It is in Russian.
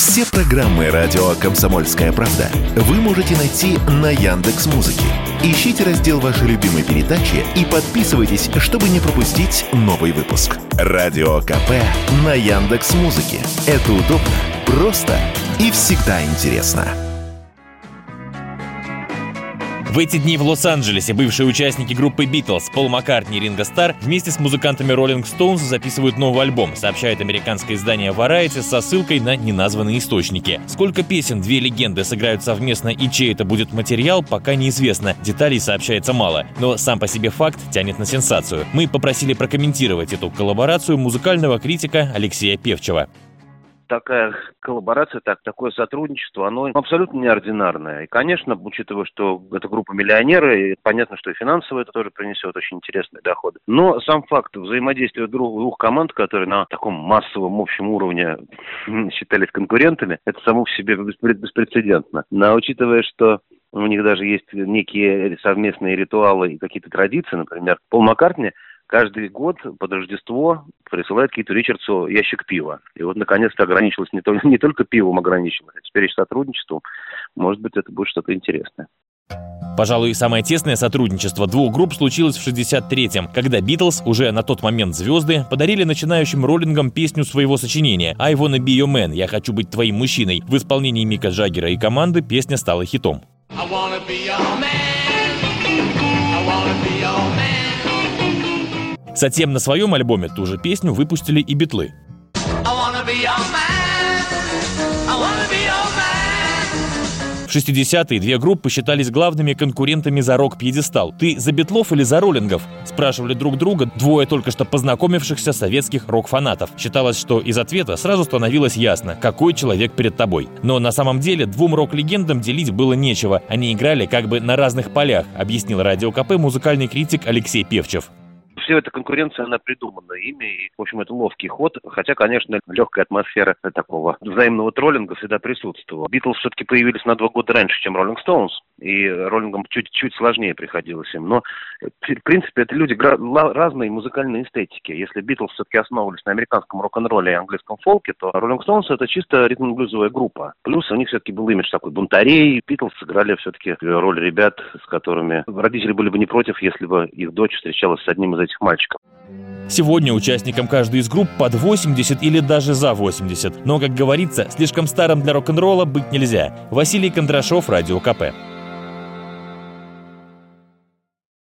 Все программы радио «Комсомольская правда» вы можете найти на Яндекс.Музыке. Ищите раздел вашей любимой передачи и подписывайтесь, чтобы не пропустить новый выпуск. Радио КП на Яндекс.Музыке. Это удобно, просто и всегда интересно. В эти дни в Лос-Анджелесе бывшие участники группы Beatles Пол Маккартни и Ринго Старр вместе с музыкантами Rolling Stones записывают новый альбом, сообщает американское издание Variety со ссылкой на неназванные источники. Сколько песен две легенды сыграют совместно и чей это будет материал, пока неизвестно. Деталей сообщается мало, но сам по себе факт тянет на сенсацию. Мы попросили прокомментировать эту коллаборацию музыкального критика Алексея Певчева. Такая коллаборация, такое сотрудничество, оно абсолютно неординарное. И, конечно, учитывая, что это группа миллионеры, и понятно, что и финансово это тоже принесет очень интересные доходы. Но сам факт взаимодействия двух команд, которые на таком массовом общем уровне считались конкурентами, это само по себе беспрецедентно. Но учитывая, что у них даже есть некие совместные ритуалы и какие-то традиции, например, Пол Маккартни каждый год под Рождество присылает Киту Ричардсу ящик пива. И вот, наконец-то, ограничилось не только пивом ограничилось, а теперь и сотрудничеством. Может быть, это будет что-то интересное. Пожалуй, самое тесное сотрудничество двух групп случилось в 1963-м, когда Beatles, уже на тот момент звезды, подарили начинающим роллингам песню своего сочинения «I wanna be your man» «Я хочу быть твоим мужчиной». В исполнении Мика Джаггера и команды песня стала хитом. I wanna be your man. I wanna be your man. Затем на своем альбоме ту же песню выпустили и Битлы. В 60-е две группы считались главными конкурентами за рок-пьедестал. «Ты за Битлов или за роллингов?» спрашивали друг друга двое только что познакомившихся советских рок-фанатов. Считалось, что из ответа сразу становилось ясно, какой человек перед тобой. Но на самом деле двум рок-легендам делить было нечего. Они играли как бы на разных полях, объяснил Радио КП музыкальный критик Алексей Певчев. Вся эта конкуренция, она придумана ими, и, в общем, это ловкий ход, хотя, конечно, легкая атмосфера такого взаимного троллинга всегда присутствовала. Битлз все-таки появились на 2 года раньше, чем Rolling Stones, и роллингам чуть сложнее приходилось им, но, в принципе, это люди разной музыкальной эстетики. Если Битлз все-таки основывались на американском рок-н-ролле и английском фолке, то Rolling Stones это чисто ритм-блюзовая группа. Плюс у них все-таки был имидж такой бунтарей, Битлз сыграли все-таки роль ребят, с которыми родители были бы не против, если бы их дочь встречалась с одним из этих мальчиков. Сегодня участникам каждой из групп под 80 или даже за 80. Но, как говорится, слишком старым для рок-н-ролла быть нельзя. Василий Кондрашов, Радио КП.